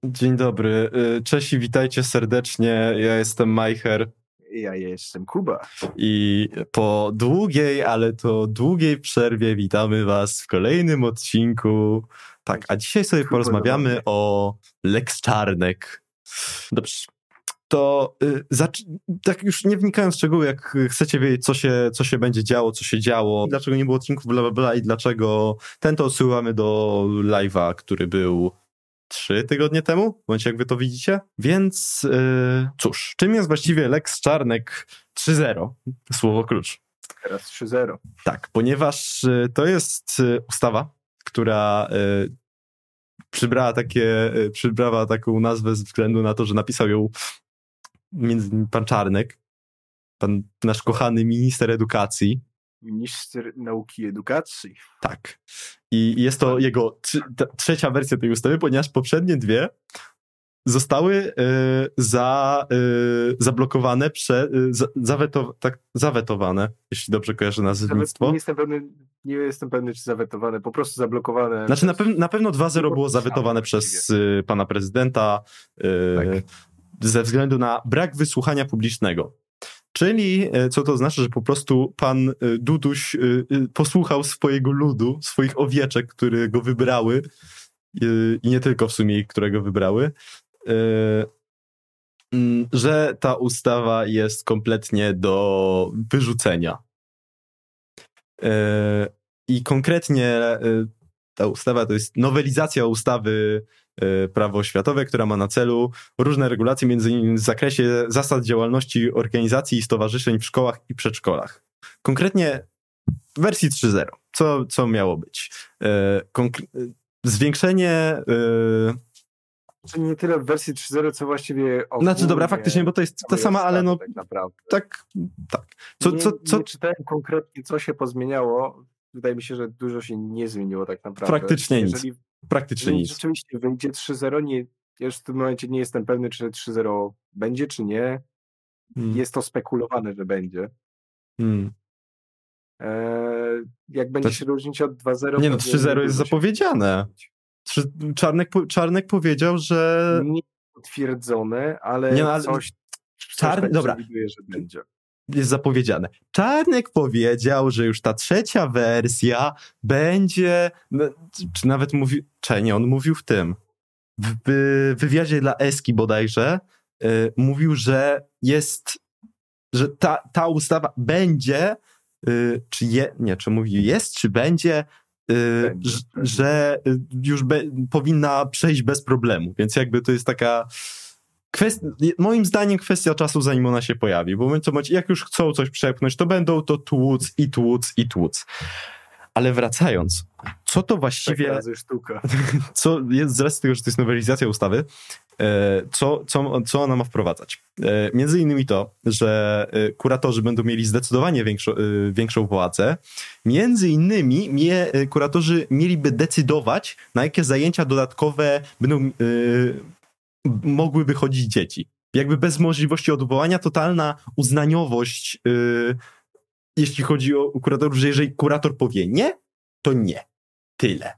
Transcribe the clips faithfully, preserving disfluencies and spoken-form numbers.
Dzień dobry. Y, Cześć i witajcie serdecznie. Ja jestem Majcher Ja jestem Kuba. i po długiej, ale to długiej przerwie witamy was w kolejnym odcinku. Tak, a dzisiaj sobie Kuba porozmawiamy zabawny. o Lex Czarnek. Dobrze. To y, zac- tak już nie wnikając w szczegóły, jak chcecie wiedzieć, co się, co się będzie działo, co się działo, dlaczego nie było odcinków, bla, bla, bla i dlaczego ten, to odsyłamy do live'a, który był trzy tygodnie temu, w momencie jak wy to widzicie. Więc yy, cóż, czym jest właściwie Lex Czarnek trzy zero? Słowo klucz. Teraz trzy zero. Tak, ponieważ y, to jest y, ustawa, która y, przybrała takie, y, przybrała taką nazwę ze względu na to, że napisał ją między innymi pan Czarnek, pan nasz kochany minister edukacji. Minister Nauki i Edukacji. Tak. I jest to jego tr- t- trzecia wersja tej ustawy, ponieważ poprzednie dwie zostały y, za, y, zablokowane, prze, y, za, zaweto, tak, zawetowane, jeśli dobrze kojarzę nazewnictwo. Nie jestem pewny, nie jestem pewny, czy zawetowane, po prostu zablokowane. Znaczy na, przez... pew- na pewno dwa zero było zawetowane przez y, pana prezydenta y, Tak. ze względu na brak wysłuchania publicznego. Czyli co to znaczy, że po prostu pan Duduś posłuchał swojego ludu, swoich owieczek, które go wybrały i nie tylko w sumie, które go wybrały, że ta ustawa jest kompletnie do wyrzucenia. I konkretnie ta ustawa to jest nowelizacja ustawy Prawo oświatowe, która ma na celu różne regulacje, między innymi w zakresie zasad działalności organizacji i stowarzyszeń w szkołach i przedszkolach. Konkretnie w wersji trzy zero. Co, co miało być? Konkre- zwiększenie... Czyli nie tyle w wersji trzy zero, co właściwie ogólnie... Znaczy dobra, faktycznie, bo to jest ta sama, ale no... Tak naprawdę. Tak, tak. Co, nie, co, co... nie czytałem konkretnie, co się pozmieniało. Wydaje mi się, że dużo się nie zmieniło tak naprawdę. Praktycznie Jeżeli... nic. Praktycznie nic. Rzeczywiście wyjdzie trzy zero, nie, ja już w tym momencie nie jestem pewny, czy trzy zero będzie, czy nie. Hmm. Jest to spekulowane, że będzie. Hmm. Eee, jak będzie to... się różnić od dwa zero... Nie no, trzy zero jest zapowiedziane. Czarnek, Czarnek powiedział, że... Nie potwierdzone, ale, nie, no, ale... coś, coś Czarny... tak Dobra. przewiduje, że będzie. Jest zapowiedziane. Czarnek powiedział, że już ta trzecia wersja będzie, czy nawet mówił, czy nie, on mówił w tym, w wywiadzie dla Eski bodajże, yy, mówił, że jest, że ta, ta ustawa będzie, yy, czy je, nie, czy mówił jest, czy będzie, yy, będzie że, że już be, powinna przejść bez problemu, więc jakby to jest taka... Kwest... Moim zdaniem kwestia czasu, zanim ona się pojawi, bo jak już chcą coś przepchnąć, to będą to tłuc i tłuc i tłuc. Ale wracając, co to właściwie... Tak razy sztuka. Co jest, z racji tego, że to jest nowelizacja ustawy, co, co, co ona ma wprowadzać? Między innymi to, że kuratorzy będą mieli zdecydowanie większą, większą władzę. Między innymi mie, kuratorzy mieliby decydować, na jakie zajęcia dodatkowe będą... mogłyby chodzić dzieci. Jakby bez możliwości odwołania, totalna uznaniowość, yy, jeśli chodzi o kuratorów, że jeżeli kurator powie nie, to nie. Tyle.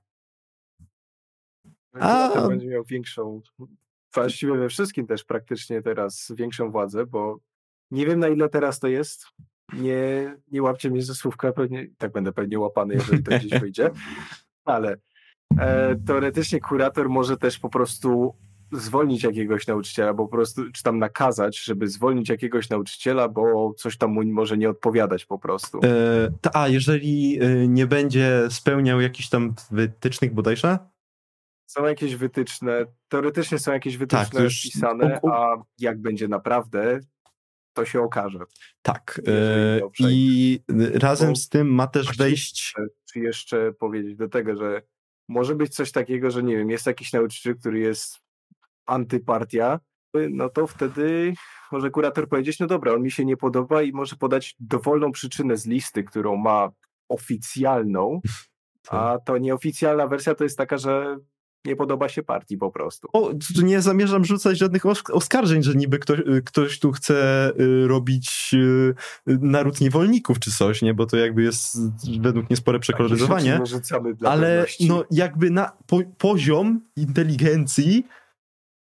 A kurator będzie miał większą, właściwie we wszystkim też praktycznie teraz większą władzę, bo nie wiem, na ile teraz to jest. Nie, nie łapcie mnie ze słówka, pewnie tak będę pewnie łapany, jeżeli to gdzieś wyjdzie, ale e, teoretycznie kurator może też po prostu zwolnić jakiegoś nauczyciela, bo po prostu, czy tam nakazać, żeby zwolnić jakiegoś nauczyciela, bo coś tam mu może nie odpowiadać po prostu. E, a jeżeli nie będzie spełniał jakichś tam wytycznych bodajże? Są jakieś wytyczne, teoretycznie są jakieś wytyczne tak, już... wpisane, a jak będzie naprawdę, to się okaże. Tak. E, I razem bo z tym ma też wejść... Czy jeszcze powiedzieć do tego, że może być coś takiego, że nie wiem, jest jakiś nauczyciel, który jest antypartia, no to wtedy może kurator powiedzieć, no dobra, on mi się nie podoba i może podać dowolną przyczynę z listy, którą ma oficjalną, a to nieoficjalna wersja to jest taka, że nie podoba się partii po prostu. O, nie zamierzam rzucać żadnych oskarżeń, że niby ktoś, ktoś tu chce robić naród niewolników czy coś, nie? Bo to jakby jest według mnie spore przekoloryzowanie. Ale no jakby na po, poziom inteligencji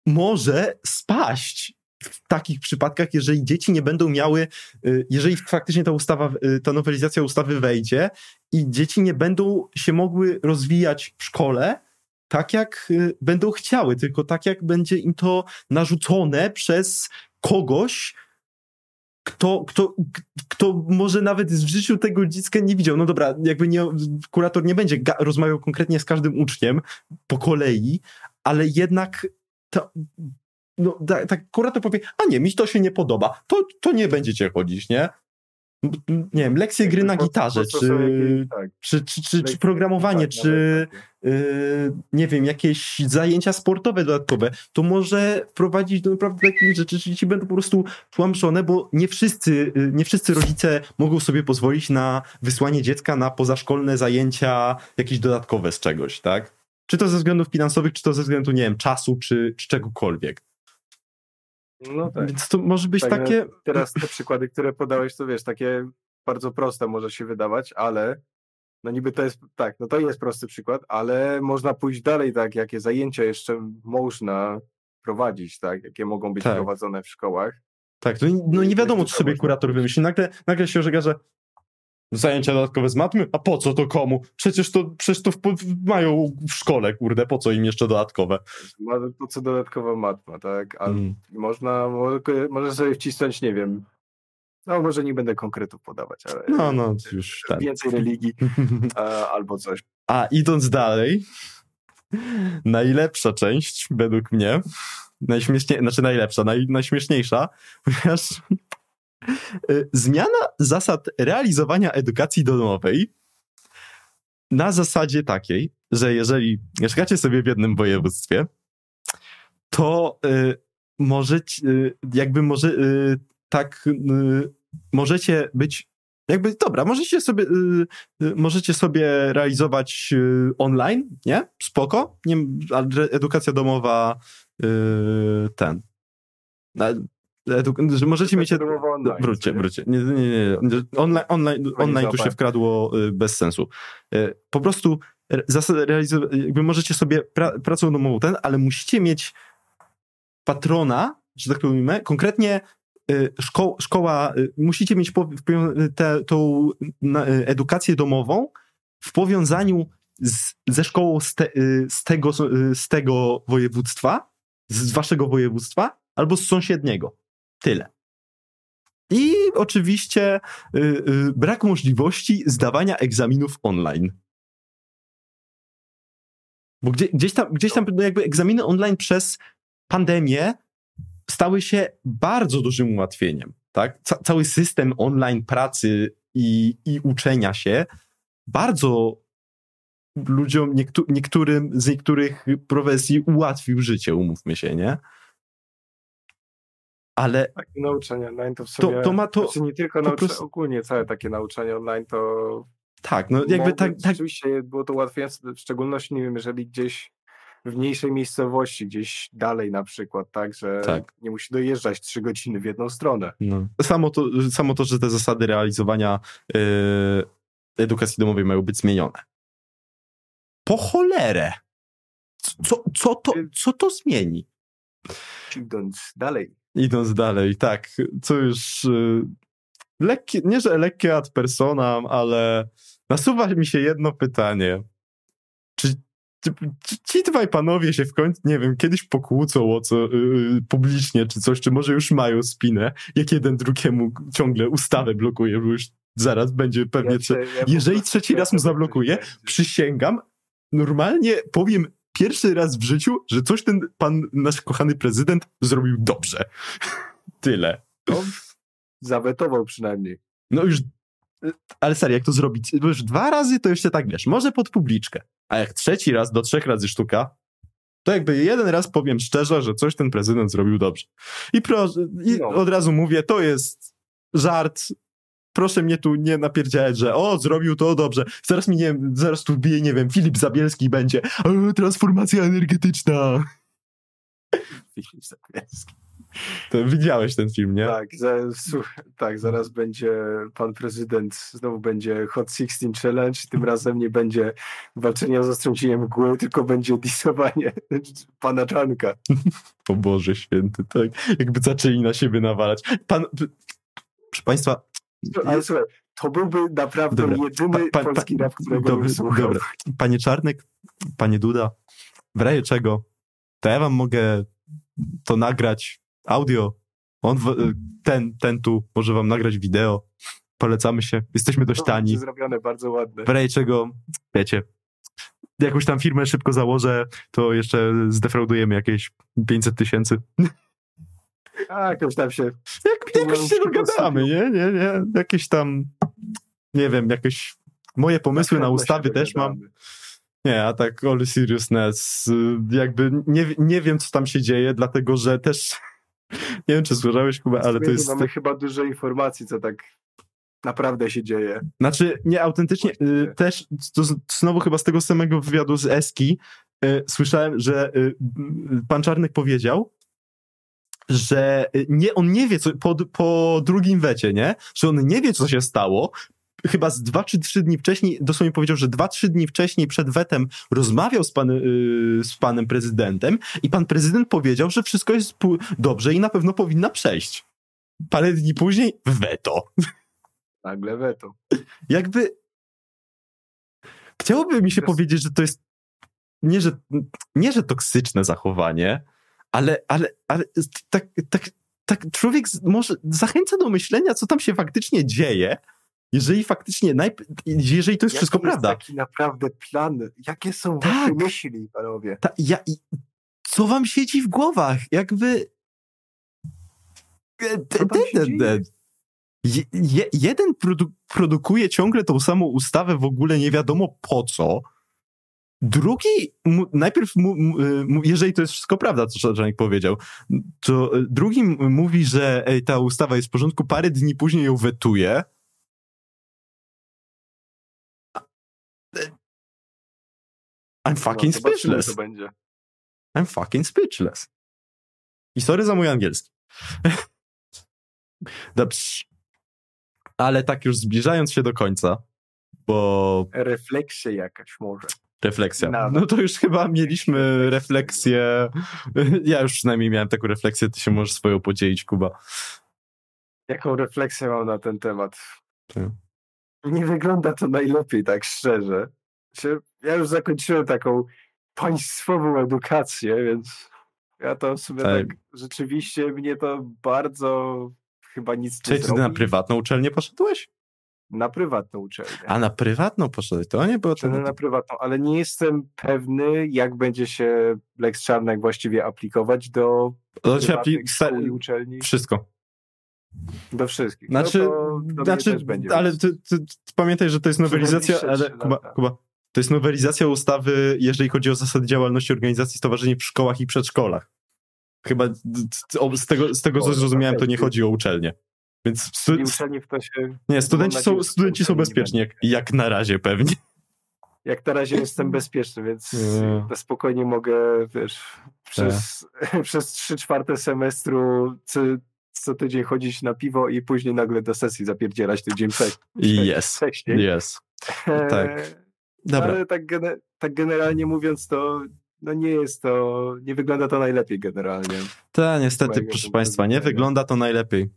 może spaść w takich przypadkach, jeżeli dzieci nie będą miały, jeżeli faktycznie ta ustawa, ta nowelizacja ustawy wejdzie i dzieci nie będą się mogły rozwijać w szkole tak, jak będą chciały, tylko tak, jak będzie im to narzucone przez kogoś, Kto, kto, kto może nawet w życiu tego dziecka nie widział. No dobra, jakby nie, kurator nie będzie ga- rozmawiał konkretnie z każdym uczniem po kolei, ale jednak to, no, tak, tak kurator powie, a nie, mi to się nie podoba, to, to nie będziecie chodzić, nie? Nie wiem, lekcje gry na gitarze, czy, tak. czy, czy, czy, czy programowanie, tak, czy yy, nie wiem, jakieś zajęcia sportowe dodatkowe, to może wprowadzić do naprawdę takich rzeczy, że ci będą po prostu tłamszone, bo nie wszyscy, nie wszyscy rodzice mogą sobie pozwolić na wysłanie dziecka na pozaszkolne zajęcia jakieś dodatkowe z czegoś, tak? Czy to ze względów finansowych, czy to ze względu, nie wiem, czasu, czy, czy czegokolwiek. No tak. Więc to może być tak, takie... No, teraz te przykłady, które podałeś, to wiesz, takie bardzo proste może się wydawać, ale no niby to jest, tak, no to jest prosty przykład, ale można pójść dalej, tak, jakie zajęcia jeszcze można prowadzić, tak, jakie mogą być tak. prowadzone w szkołach. Tak, to no nie wiadomo, co sobie kurator wymyśli. Nagle, nagle się orzeka, że zajęcia dodatkowe z matmy? A po co to komu? Przecież to, przecież to w, mają w szkole, kurde, po co im jeszcze dodatkowe? Po co dodatkowa matma, tak? A mm. można, może, może sobie wcisnąć, nie wiem, no może nie będę konkretów podawać, ale no, no, już tak. Więcej religii a, albo coś. A idąc dalej, najlepsza część według mnie, najśmieszniej, znaczy najlepsza, naj, najśmieszniejsza, ponieważ zmiana zasad realizowania edukacji domowej na zasadzie takiej, że jeżeli mieszkacie sobie w jednym województwie, to y, możecie, y, jakby może y, tak, y, możecie być, jakby dobra, możecie sobie, y, y, możecie sobie realizować y, online, nie? Spoko, nie, edukacja domowa y, ten. Edu- że możecie mieć... Online, wróćcie, wróćcie. Nie, nie, nie, nie. Online, online, online tu się wkradło bez sensu. Po prostu zasady realizować, jakby możecie sobie pra- pracą domową ten, ale musicie mieć patrona, że tak powiem, konkretnie szko- szkoła, musicie mieć po, te, tą na, edukację domową w powiązaniu z, ze szkołą z, te, z, tego, z tego województwa, z waszego województwa, albo z sąsiedniego. Tyle. I oczywiście y, y, brak możliwości zdawania egzaminów online. Bo gdzie, gdzieś tam, gdzieś tam jakby egzaminy online przez pandemię stały się bardzo dużym ułatwieniem. Tak? Ca- cały system online pracy i, i uczenia się bardzo ludziom, niektó- niektórym z niektórych profesji ułatwił życie, umówmy się, nie? Ale takie nauczanie online to w sumie, to, to ma to, znaczy nie tylko nauczanie, prostu... ogólnie całe takie nauczanie online to tak, no jakby tak, tak... Oczywiście było to łatwiejsze, w szczególności, nie wiem, jeżeli gdzieś w mniejszej miejscowości, gdzieś dalej na przykład, tak, że tak. nie musi dojeżdżać trzy godziny w jedną stronę. No. Samo, to, samo to, że te zasady realizowania yy, edukacji domowej mają być zmienione. Po cholerę! Co, co, to, co to zmieni? Idąc dalej. Idąc dalej, tak. Co już... Yy, lekkie, nie, że lekkie ad personam, ale nasuwa mi się jedno pytanie. Czy, czy, czy ci dwaj panowie się w końcu, nie wiem, kiedyś pokłócą o co yy, publicznie, czy coś, czy może już mają spinę, jak jeden drugiemu ciągle ustawę blokuje, bo już zaraz będzie pewnie... Ja się, ja jeżeli trzeci raz mu zablokuje, przysięgam, normalnie powiem pierwszy raz w życiu, że coś ten pan, nasz kochany prezydent zrobił dobrze. Tyle. No, zawetował przynajmniej. No już, ale serio, jak to zrobić? Bo już dwa razy to jeszcze tak, wiesz, może pod publiczkę, a jak trzeci raz do trzech razy sztuka, to jakby jeden raz powiem szczerze, że coś ten prezydent zrobił dobrze. I, pro, i no. od razu mówię, to jest żart, proszę mnie tu nie napierdziałać, że o, zrobił to dobrze. Zaraz mi, nie wiem, zaraz tu bije, nie wiem, Filip Zabielski będzie, o, transformacja energetyczna. Filip Zabielski. To widziałeś ten film, nie? Tak, za, słuchaj, tak, zaraz będzie pan prezydent, znowu będzie Hot szesnaście Challenge, tym razem nie będzie walczenia z ostrym cieniem mgły, tylko będzie disowanie pana Czarnka. O Boże święty, tak. Jakby zaczęli na siebie nawalać. Pan, proszę państwa... Ale słuchaj, to byłby naprawdę Dobra. jedyny Pa, pa, polski pa, rap, którego dobra, bym słuchał. dobra. Panie Czarnek, panie Duda, w razie czego, to ja wam mogę to nagrać audio. On, w- ten, ten tu może wam nagrać wideo. Polecamy się. Jesteśmy dość To tani. będzie zrobione, bardzo ładne. W razie czego, wiecie, jakąś tam firmę szybko założę, to jeszcze zdefraudujemy jakieś pięćset tysięcy. A, jakoś tam się... Jak, jakoś się dogadamy, nie? Nie, nie. Jakieś tam, nie wiem, jakieś moje pomysły na, pewno się ustawy też mam. dogadamy. Nie, a tak all seriousness, y, jakby nie, nie wiem, co tam się dzieje, dlatego, że też nie wiem, czy słyszałeś, Kuba, ale to My jest... Mamy chyba dużo informacji, co tak naprawdę się dzieje. Znaczy, nie, autentycznie y, też, to z- znowu chyba z tego samego wywiadu z Eski y, słyszałem, że y, y, pan Czarnek powiedział, że y, nie, on nie wie, co po, po drugim wecie, nie? Że on nie wie, co się stało. Chyba z dwa czy trzy dni wcześniej, dosłownie powiedział, że dwa, trzy dni wcześniej przed wetem rozmawiał z, pan, y, z panem prezydentem i pan prezydent powiedział, że wszystko jest pu- dobrze i na pewno powinna przejść. Parę dni później weto. Nagle weto. Jakby chciałoby mi się Teraz- powiedzieć, że to jest nie, że, nie, że toksyczne zachowanie, ale, ale, ale tak, tak, tak człowiek z- może zachęca do myślenia, co tam się faktycznie dzieje, jeżeli faktycznie, najp- jeżeli to jest Jaki wszystko jest prawda. taki naprawdę plan? Jakie są Tak. wasze myśli, panowie? Ta, ja, i, co wam siedzi w głowach? Jakby... E, Co tam się dzieje? Je, je, jeden produ- produkuje ciągle tą samą ustawę w ogóle nie wiadomo po co. Drugi, mu, najpierw, mu, mu, jeżeli to jest wszystko prawda, co Czarnek powiedział, to drugi m- mówi, że ej, ta ustawa jest w porządku, parę dni później ją wetuje. I'm fucking No, zobaczymy, speechless. co będzie. I'm fucking speechless. I sorry za mój angielski. Dobrze. Ale tak już zbliżając się do końca, bo Refleksja jakaś może. refleksja. No, No to już chyba mieliśmy refleksję. Ja już przynajmniej miałem taką refleksję, ty się możesz swoją podzielić, Kuba. Jaką refleksję mam na ten temat? Tak. Nie wygląda to najlepiej, tak szczerze. Znaczy, ja już zakończyłem taką państwową edukację, więc ja to sobie Tak. tak rzeczywiście mnie to bardzo chyba nic nie Czyli ty zrobi. na prywatną uczelnię poszedłeś? Na prywatną uczelnię. A na prywatną poszedłeś? To nie było to... Uczelnię na prywatną, ale nie jestem pewny, jak będzie się Lex Czarnek właściwie aplikować do To się prywatnych apli- szkół i uczelni. Wszystko. Do wszystkich. Znaczy, no to, to znaczy też będzie, ale więc ty, ty, ty pamiętaj, że to jest nowelizacja, najbliższe ale trzy Kuba, lata. Kuba, to jest nowelizacja ustawy, jeżeli chodzi o zasady działalności organizacji i stowarzyszeń w szkołach i przedszkolach. Chyba d- d- o, z tego, z tego co O, zrozumiałem, to nie okej. chodzi o uczelnię. Więc stu, I uczelni w to się... nie, studenci mam są, nadzieję, że studenci są uczelni nie bezpieczni, jak, będzie. jak na razie pewnie. Jak na razie jestem bezpieczny, więc Nie. na spokojnie mogę, wiesz, przez, przez trzy czwarte semestru co, co tydzień chodzić na piwo i później nagle do sesji zapierdzielać tydzień wcześniej. Yes, wcześniej. yes. tak. Eee, Dobra, Ale tak, gene, tak generalnie mówiąc, to no nie jest to, nie wygląda to najlepiej generalnie. to niestety, mojego proszę punktu państwa, nie widzenia. wygląda to najlepiej.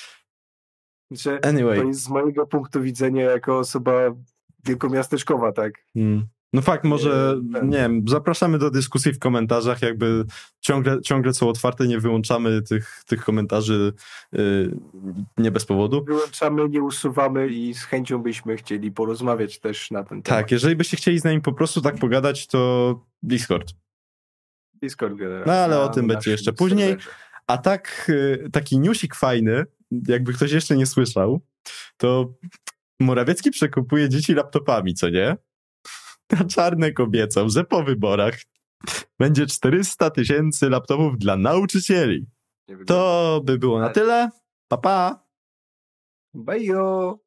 Znaczy, Anyway. to jest z mojego punktu widzenia jako osoba wielkomiasteczkowa, tak? Hmm. No fakt, może, Nie, ten. nie wiem, zapraszamy do dyskusji w komentarzach, jakby ciągle, ciągle są otwarte, nie wyłączamy tych, tych komentarzy yy, nie bez powodu. Wyłączamy, nie usuwamy i z chęcią byśmy chcieli porozmawiać też na ten temat. Tak, jeżeli byście chcieli z nami po prostu tak pogadać, to Discord. Discord generalnie. No, ale o na tym będzie naszym jeszcze później. serwerze. A tak, yy, taki newsik fajny, jakby ktoś jeszcze nie słyszał, to Morawiecki przekupuje dzieci laptopami, co nie? A Czarnek obiecał, że po wyborach będzie czterysta tysięcy laptopów dla nauczycieli. Nie wygląda. To by było na tyle. Pa, pa! Bajo!